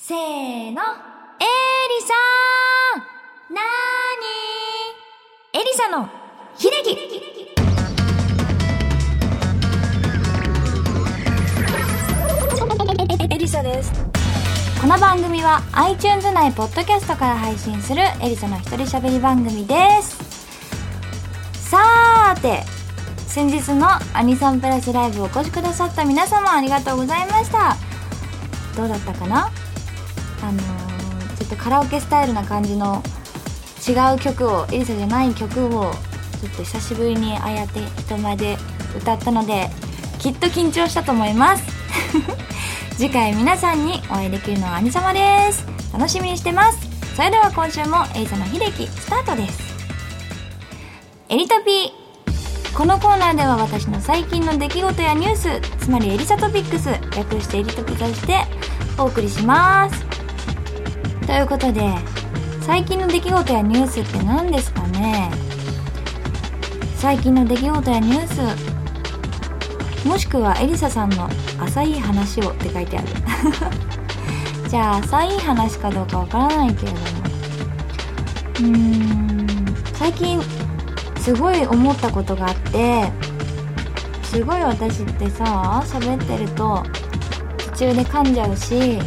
せーの、エリサー。なーにー。エリサの秀樹。エリサです。この番組は iTunes 内ポッドキャストから配信するエリサの一人喋り番組です。さーて、先日のアニソンプラスライブをお越しくださった皆様ありがとうございました。どうだったかな。ちょっとカラオケスタイルな感じの違う曲を、エリサじゃない曲をちょっと久しぶりにああやって人前で歌ったので、きっと緊張したと思います次回皆さんにお会いできるのは兄様です。楽しみにしてます。それでは今週もエリサの秀樹スタートです。エリトピー。このコーナーでは私の最近の出来事やニュース、つまりエリサトピックス、略してエリトピとしてお送りします。ということで、最近の出来事やニュースって何ですかね。最近の出来事やニュース、もしくはエリサさんの浅い話をって書いてあるじゃあ浅い話かどうかわからないけれども、最近すごい思ったことがあって、すごい私ってさ、喋ってると途中で噛んじゃうし、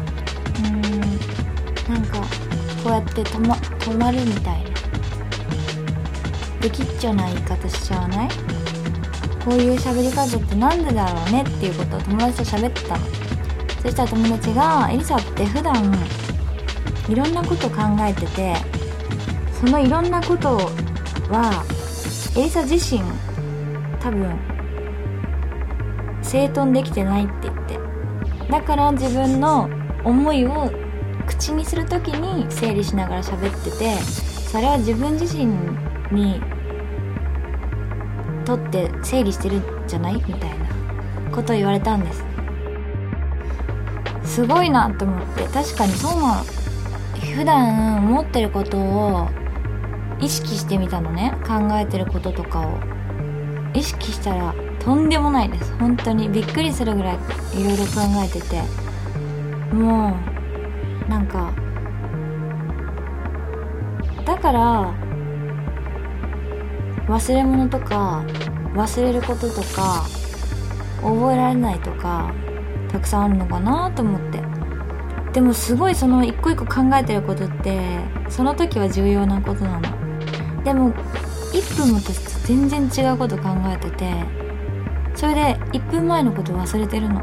なんかこうやって止まるみたいな、できっちょな言い方しちゃわない？こういう喋り方ってなんでだろうねっていうことを友達と喋ってたの。そしたら友達が、エリサって普段いろんなこと考えてて、そのいろんなことはエリサ自身多分整頓できてないって言って、だから自分の思いを口にするときに整理しながら喋ってて、それは自分自身にとって整理してるんじゃないみたいなことを言われたんです。すごいなと思って、確かにそうなの。普段思ってることを意識してみたのね。考えてることとかを意識したらとんでもないです。本当にびっくりするぐらいいろいろ考えてて、もうなんかだから忘れ物とか忘れることとか覚えられないとかたくさんあるのかなと思って。でもすごいその一個一個考えてることってその時は重要なことなの。でも1分も経つと全然違うこと考えてて、それで1分前のこと忘れてるの。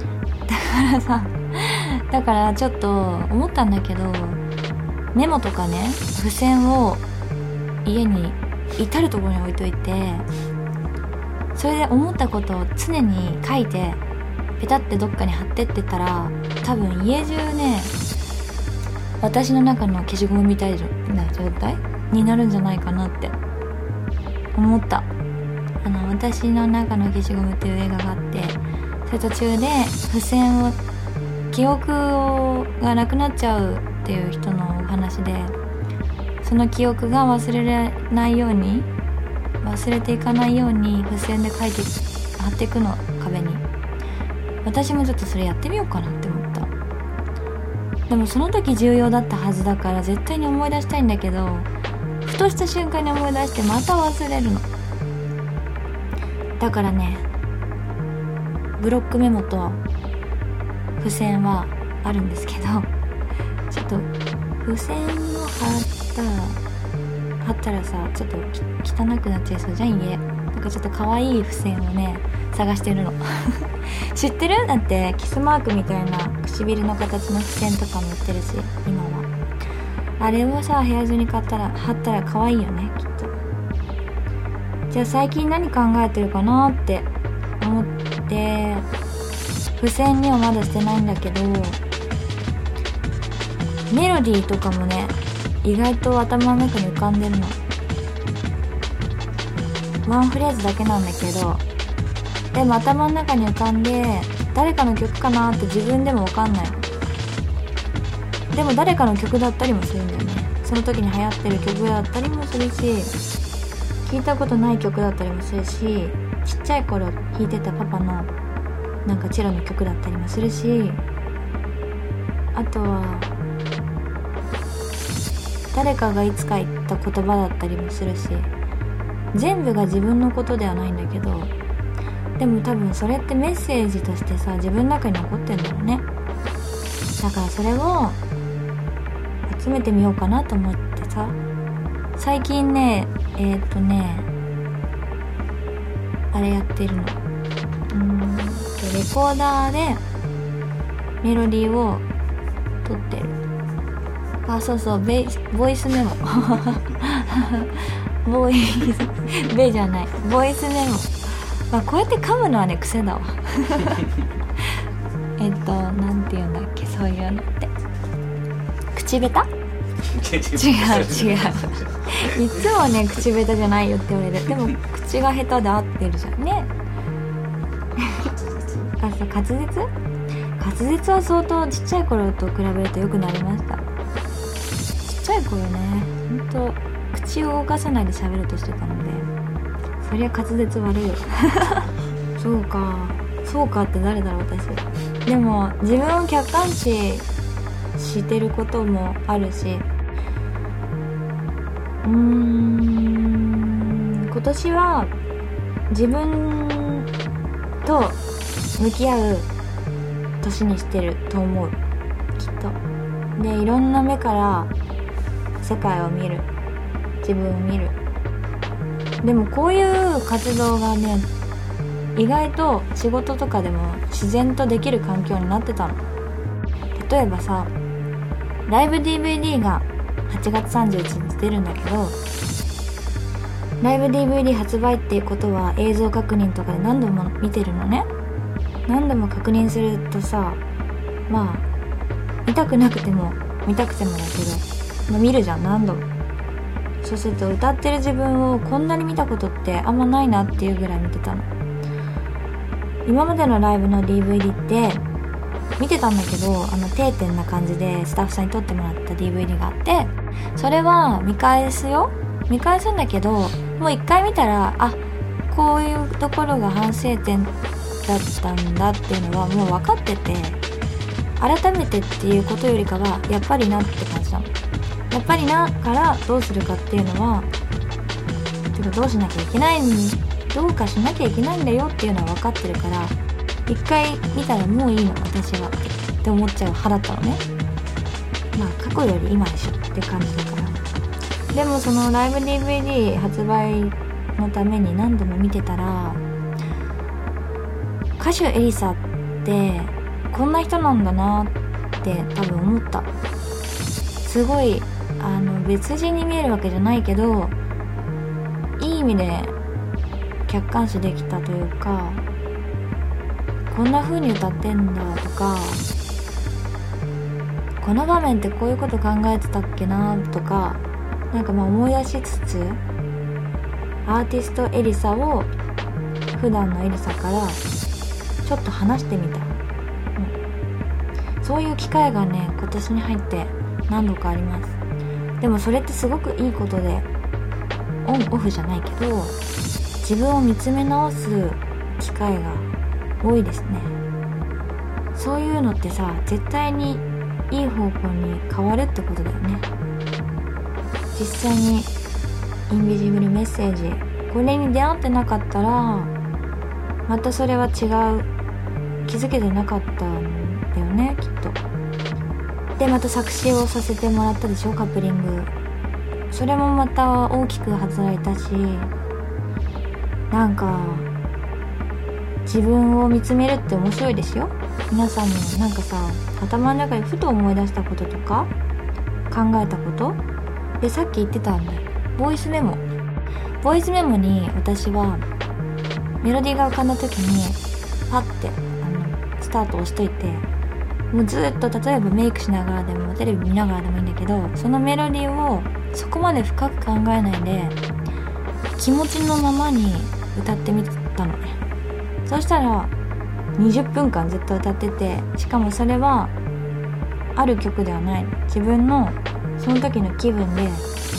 だからちょっと思ったんだけど、メモとかね、付箋を家に至るところに置いといて、それで思ったことを常に書いてペタってどっかに貼ってってたら、多分家中ね、私の中の消しゴムみたいな状態になるんじゃないかなって思った。私の中の消しゴムっていう映画があって、それ途中で付箋を、記憶がなくなっちゃうっていう人のお話で、その記憶が忘れられないように、忘れていかないように付箋で書いて貼っていくの、壁に。私もちょっとそれやってみようかなって思った。でもその時重要だったはずだから絶対に思い出したいんだけど、ふとした瞬間に思い出してまた忘れるの。だからね、ブロックメモと付箋はあるんですけど、ちょっと付箋を貼ったらさ、ちょっと汚くなっちゃいそうじゃん、家。だからちょっと可愛い付箋をね、探してるの知ってる？だってキスマークみたいな唇の形の付箋とかも売ってるし、今はあれをさ、部屋中に貼ったら可愛いよね、きっと。じゃあ最近何考えてるかなって思って、付箋にはまだしてないんだけど、メロディーとかもね、意外と頭の中に浮かんでるの。ワンフレーズだけなんだけど、でも頭の中に浮かんで、誰かの曲かなって自分でも分かんない。でも誰かの曲だったりもするんだよね。その時に流行ってる曲だったりもするし、聞いたことない曲だったりもするし、ちっちゃい頃聴いてたパパのなんかチェロの曲だったりもするし、 あとは誰かがいつか言った言葉だったりもするし、全部が自分のことではないんだけど、でも多分それってメッセージとしてさ、自分の中に残ってんだろうね。だからそれを集めてみようかなと思ってさ、最近ねあれやってるの。レコーダーでメロディーを撮ってる。あ、そうそう、ボイスメモベじゃない、ボイスメモ。まあ、こうやって噛むのはね癖だわなんて言うんだっけ、そういうのって口下手違ういつもね口下手じゃないよって言われる。でも口が下手で合ってるじゃんねあ、そう、滑舌は相当ちっちゃい頃と比べると良くなりました。ちっちゃい頃ね、ほんと口を動かさないで喋ろうとしてたので、そりゃ滑舌悪いよそうかって誰だろう私。でも自分を客観視してることもあるし、今年は自分と向き合う年にしてると思う、きっと。で、いろんな目から世界を見る、自分を見る。でもこういう活動がね、意外と仕事とかでも自然とできる環境になってたの。例えばさ、ライブ DVD が8月31日出るんだけど、ライブ DVD 発売っていうことは映像確認とかで何度も見てるのね。何度も確認するとさ、まあ見たくなくても見たくてもだけど、まあ、見るじゃん、何度も。そうすると歌ってる自分をこんなに見たことってあんまないなっていうぐらい見てたの。今までのライブの DVD って見てたんだけど、定点な感じでスタッフさんに撮ってもらった DVD があって、それは見返すんだけど、もう一回見たら、あ、こういうところが反省点だったんだっていうのはもう分かってて、改めてっていうことよりかはやっぱりなって感じなの。やっぱりなからどうするかっていうのは、てかどうしなきゃいけないのに、どうかしなきゃいけないんだよっていうのは分かってるから、一回見たらもういいの私はって思っちゃう派だったのね。まあ過去より今でしょって感じだから。でもそのライブ DVD 発売のために何度も見てたら、歌手エリサってこんな人なんだなって多分思った。すごい別人に見えるわけじゃないけど、いい意味で客観視できたというか、こんな風に歌ってんだとか、この場面ってこういうこと考えてたっけなとか、なんかまあ思い出しつつ、アーティストエリサを普段のエリサからちょっと話してみた、そういう機会がね今年に入って何度かあります。でもそれってすごくいいことで、オンオフじゃないけど自分を見つめ直す機会が多いですね。そういうのってさ、絶対にいい方向に変わるってことだよね。実際にインビジブルメッセージ、これに出会ってなかったらまたそれは違う、気づけてなかったんだよね、きっと。でまた作詞をさせてもらったでしょ、カップリング。それもまた大きく働いたし、なんか自分を見つめるって面白いですよ。皆さんもなんかさ、頭の中でふと思い出したこととか考えたことで、さっき言ってたんだよ、ボイスメモに私はメロディーが浮かんだ時にパッてスタートを押しといて、もうずっと例えばメイクしながらでもテレビ見ながらでもいいんだけど、そのメロディーをそこまで深く考えないで気持ちのままに歌ってみたのね。そしたら20分間ずっと歌ってて、しかもそれはある曲ではない、自分のその時の気分で、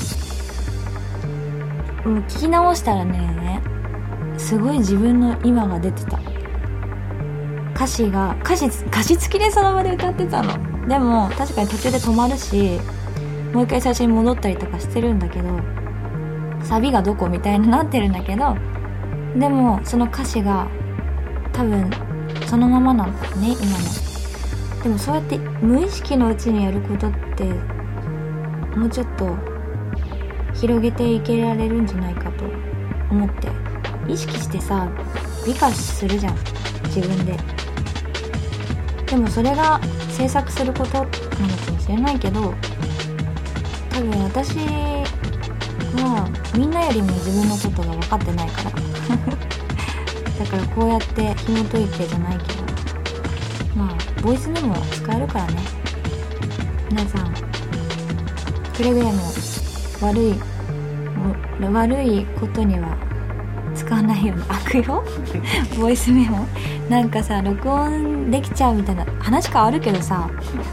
もう聞き直したらね、すごい自分の今が出てた。歌詞付きでその場で歌ってたの。 でも確かに途中で止まるし、もう一回最初に戻ったりとかしてるんだけど、サビがどこみたいになってるんだけど、でもその歌詞が多分そのままなんだよね、今の。でもそうやって無意識のうちにやることってもうちょっと広げていけられるんじゃないかと思って、意識してさ美化するじゃん自分で。でもそれが制作することなのかもしれないけど、多分私はみんなよりも自分のことが分かってないからだからこうやって紐解いてじゃないけど、まあボイスでも使えるからね。皆さんくれぐれも悪いことには使わないように。悪用ボイスメモなんかさ、録音できちゃうみたいな話変わるけどさ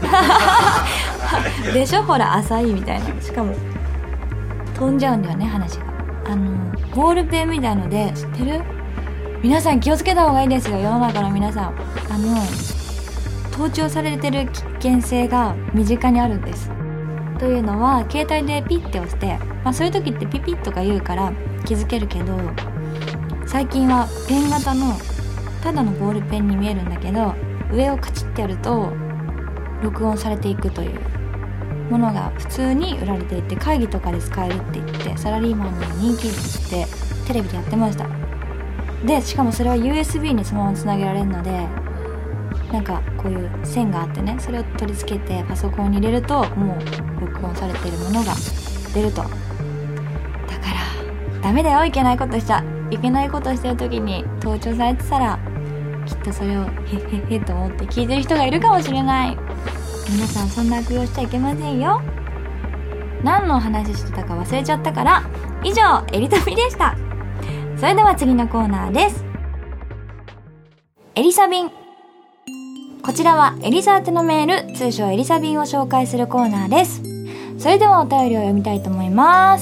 でしょ、ほら浅いみたいな。しかも飛んじゃうんだよね話が。ボールペンみたいので、知ってる？皆さん気をつけた方がいいですよ、世の中の皆さん。盗聴されてる危険性が身近にあるんです。というのは、携帯でピッて押して、そういう時ってピピッとか言うから気づけるけど、最近はペン型のただのボールペンに見えるんだけど、上をカチッてやると録音されていくというものが普通に売られていて、会議とかで使えるって言ってサラリーマンに人気ってテレビでやってました。でしかもそれは USB にそのままつなげられるので、なんかこういう線があってね、それを取り付けてパソコンに入れるともう録音されているものが出ると。だからダメだよ、いけないことしちゃいけないことしてる時に盗聴されてたら、きっとそれをへへへと思って聞いてる人がいるかもしれない。皆さんそんな悪用しちゃいけませんよ。何の話してたか忘れちゃったから。以上、エリ旅でした。それでは次のコーナーです。エリサ便。こちらはエリサ宛てのメール、通称エリサ便を紹介するコーナーです。それではお便りを読みたいと思います。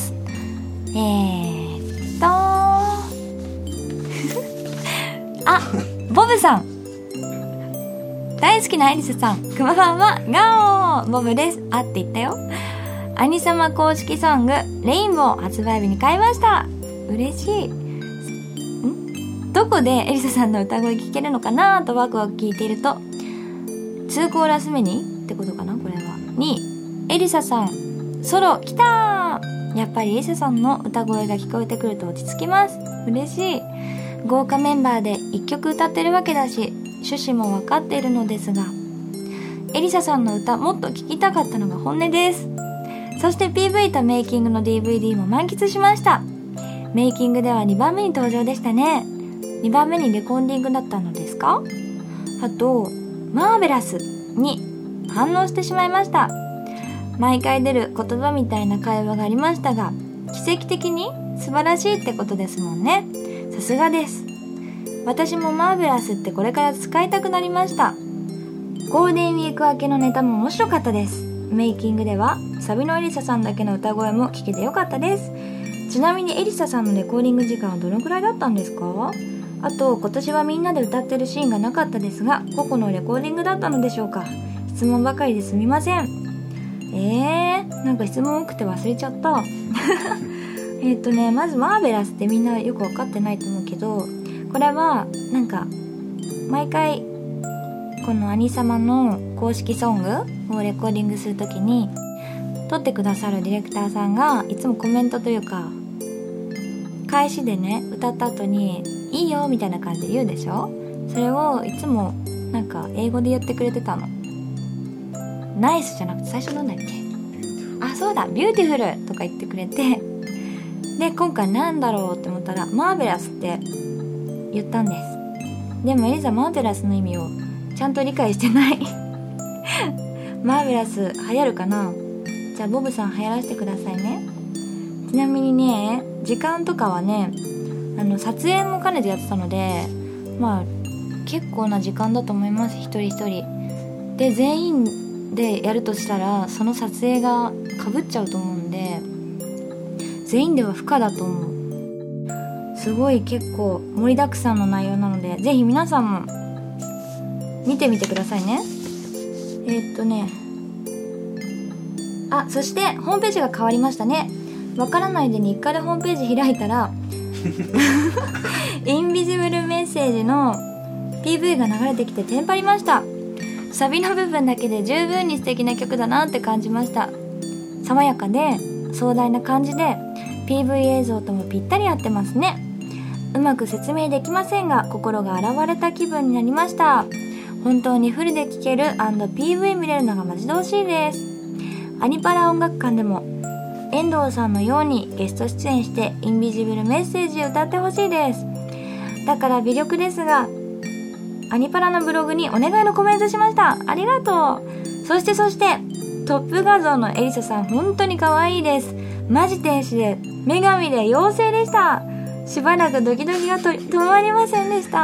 ボブさん。大好きなエリサさん、くまさんはガオーボブです。って言ったよ。兄様公式ソングレインボー発売日に買いました。嬉しい。どこでエリサさんの歌声聞けるのかなとワクワク聞いていると、2コーラス目にってことかな、これはにエリサさんソロ来たー。やっぱりエリサさんの歌声が聞こえてくると落ち着きます。嬉しい。豪華メンバーで1曲歌ってるわけだし、趣旨も分かっているのですが、エリサさんの歌もっと聴きたかったのが本音です。そして PV とメイキングの DVD も満喫しました。メイキングでは2番目に登場でしたね。2番目にレコーディングだったのですか？あとマーベラスに反応してしまいました。毎回出る言葉みたいな会話がありましたが、奇跡的に素晴らしいってことですもんね。さすがです。私もマーベラスってこれから使いたくなりました。ゴールデンウィーク明けのネタも面白かったです。メイキングではサビのエリサさんだけの歌声も聞けてよかったです。ちなみにエリサさんのレコーディング時間はどのくらいだったんですか？あと今年はみんなで歌ってるシーンがなかったですが、個々のレコーディングだったのでしょうか？質問ばかりですみません。なんか質問多くて忘れちゃったまずマーベラスってみんなよく分かってないと思うけど、これはなんか毎回この兄様の公式ソングをレコーディングするときに撮ってくださるディレクターさんがいつもコメントというか、開始でね歌った後にいいよみたいな感じで言うでしょ。それをいつもなんか英語で言ってくれてたの。ナイスじゃなくて最初なんだっけ、そうだ、ビューティフルとか言ってくれて、で今回なんだろうって思ったらマーベラスって言ったんです。でもエリザマーベラスの意味をちゃんと理解してないマーベラス流行るかな。じゃあボブさん流行らせてくださいね。ちなみにね、時間とかはね、撮影も兼ねてやってたので、結構な時間だと思います。一人一人で全員でやるとしたらその撮影がかぶっちゃうと思うんで、全員では不可だと思う。すごい結構盛りだくさんの内容なので、ぜひ皆さんも見てみてくださいね。 あ、そしてホームページが変わりましたね。わからないで日課でホームページ開いたらインビジブルメッセージの PV が流れてきてテンパりました。サビの部分だけで十分に素敵な曲だなって感じました。爽やかで壮大な感じで PV 映像ともぴったり合ってますね。うまく説明できませんが心が洗われた気分になりました。本当にフルで聴ける &PV 見れるのが待ち遠しいです。アニパラ音楽館でも遠藤さんのようにゲスト出演してインビジブルメッセージを歌ってほしいです。だから微力ですがアニパラのブログにお願いのコメントしました。ありがとう。そしてトップ画像のエリサさん本当に可愛いです。マジ天使で女神で妖精でした。しばらくドキドキが止まりませんでした。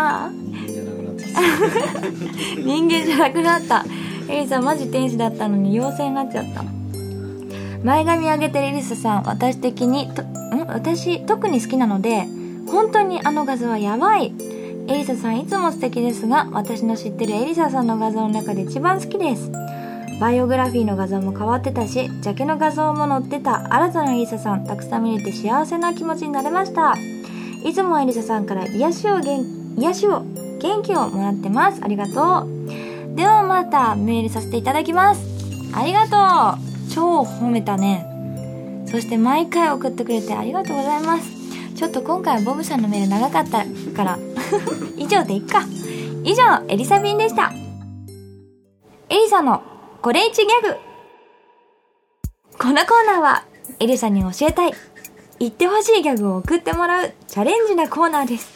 人間じゃなくなった。エリサマジ天使だったのに妖精になっちゃった。前髪上げてるエリサさん私特に好きなので本当にあの画像はやばい。エリサさんいつも素敵ですが私の知ってるエリサさんの画像の中で一番好きです。バイオグラフィーの画像も変わってたしジャケの画像も載ってた新たなエリサさんたくさん見れて幸せな気持ちになれました。いつもエリサさんから癒しを元気をもらってます。ありがとう。ではまたメールさせていただきます。ありがとう。超褒めたね。そして毎回送ってくれてありがとうございます。ちょっと今回はボブさんのメール長かったから以上でいっか。以上エリサビンでした。エリサのこれ1ギャグ。このコーナーはエリサに教えたい言ってほしいギャグを送ってもらうチャレンジなコーナーです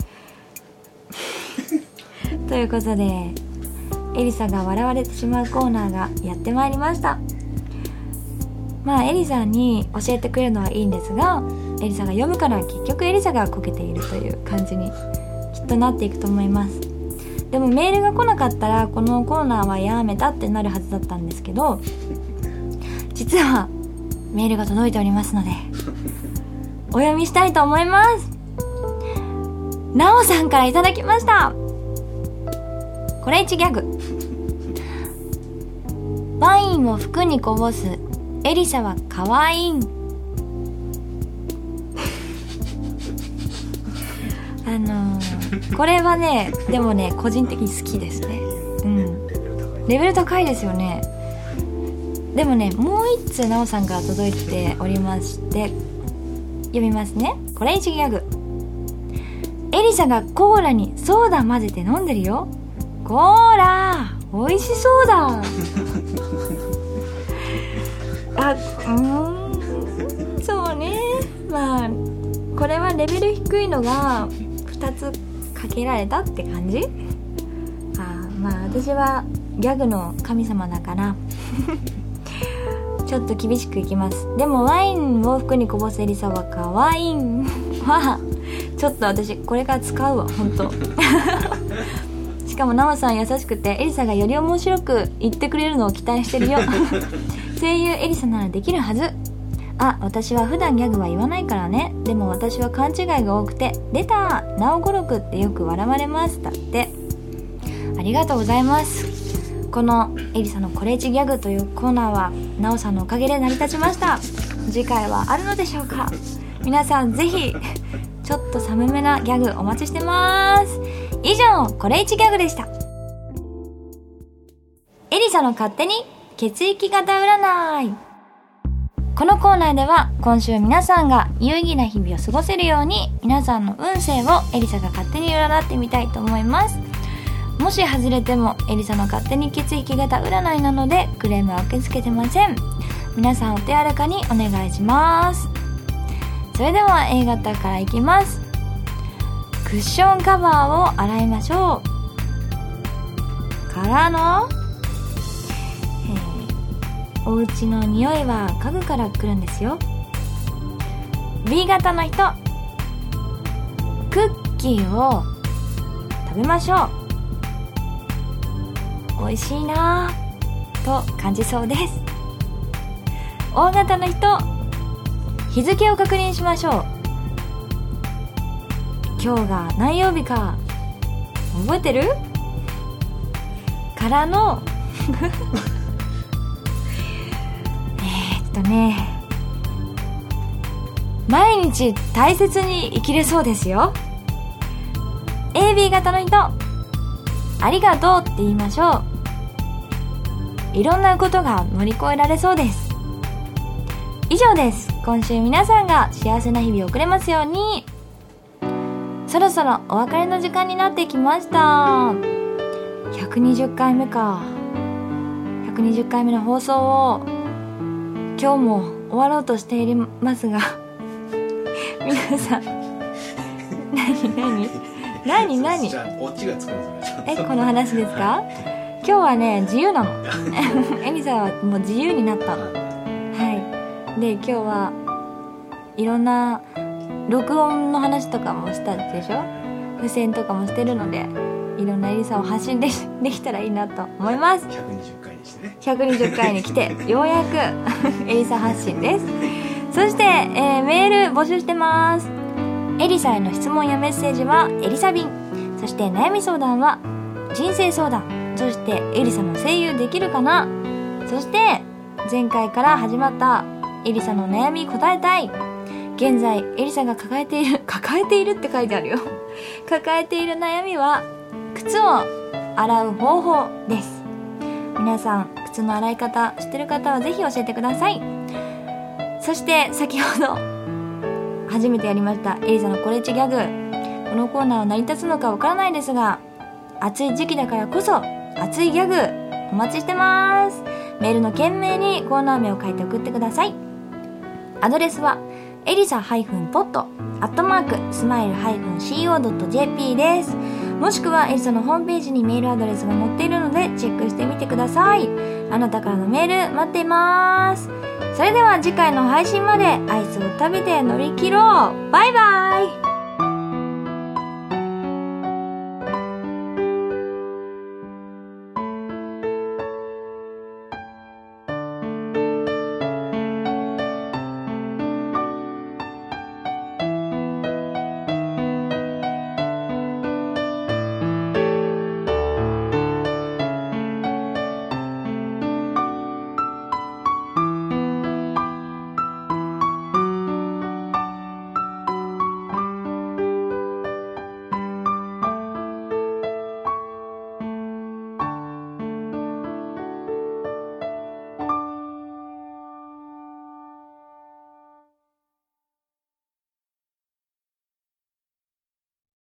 ということでエリサが笑われてしまうコーナーがやってまいりました。まあエリサに教えてくれるのはいいんですがエリサが読むから結局エリサがこけているという感じにきっとなっていくと思います。でもメールが来なかったらこのコーナーはやめたってなるはずだったんですけど実はメールが届いておりますのでお読みしたいと思います。なおさんからいただきました。これ1ギャグ。ワインを服にこぼすエリサはかわいいんこれはねでもね個人的に好きですね。レベル高いですよね。でもねもう一通なおさんから届いておりまして読みますね。これ1ギャグ。エリサがコーラにソーダ混ぜて飲んでるよ。コーラ美味しそうだそうね。まあこれはレベル低いのが2つかけられたって感じ。まあ私はギャグの神様だからちょっと厳しくいきます。でもワインを服にこぼすエリサはかわいいんはちょっと私これから使うわ本当しかもナオさん優しくてエリサがより面白く言ってくれるのを期待してるよ声優エリサならできるはず。私は普段ギャグは言わないからね。でも私は勘違いが多くて出たなお語録ってよく笑われます。だってありがとうございます。このエリサのこれ1ギャグというコーナーはなおさんのおかげで成り立ちました。次回はあるのでしょうか。皆さんぜひちょっと寒めなギャグお待ちしてます。以上これ1ギャグでした。エリサの勝手に血液型占い。このコーナーでは今週皆さんが有意義な日々を過ごせるように皆さんの運勢をエリサが勝手に占ってみたいと思います。もし外れてもエリサの勝手に血液型占いなのでクレームは受け付けてません。皆さんお手柔らかにお願いします。それでは A 型からいきます。クッションカバーを洗いましょう。からのお家の匂いは家具から来るんですよ。 B 型の人、クッキーを食べましょう。美味しいなぁと感じそうです。 O 型の人、日付を確認しましょう。今日が何曜日か覚えてる？からの毎日大切に生きれそうですよ。 AB 型の人、ありがとうって言いましょう。いろんなことが乗り越えられそうです。以上です。今週皆さんが幸せな日々を送れますように。そろそろお別れの時間になってきました。120回目か。120回目の放送を今日も終わろうとしていますが皆さん何じゃあオチがつくんですよ。 この話ですか？今日はね自由なのエリサはもう自由になったの。はい。で今日はいろんな録音の話とかもしたでしょ。付箋とかもしてるので、いろんなエリサを発信できたらいいなと思います。 120回にしてね。 120回に来てようやくエリサ発信です。そして、メール募集してます。エリサへの質問やメッセージはエリサ便、そして悩み相談は人生相談、そしてエリサの声優できるかな、そして前回から始まったエリサの悩み答えたい。現在エリサが抱えているって書いてあるよ抱えている悩みは靴を洗う方法です。皆さん靴の洗い方知ってる方はぜひ教えてください。そして先ほど初めてやりましたエリサのコレッチギャグ。このコーナーは成り立つのかわからないですが、暑い時期だからこそ熱いギャグお待ちしてます。メールの件名にコーナー名を書いて送ってください。アドレスはelisa-pod@smile-co.jp です。もしくはエリサのホームページにメールアドレスが載っているのでチェックしてみてください。あなたからのメール待っています。それでは次回の配信までアイスを食べて乗り切ろう。バイバイ。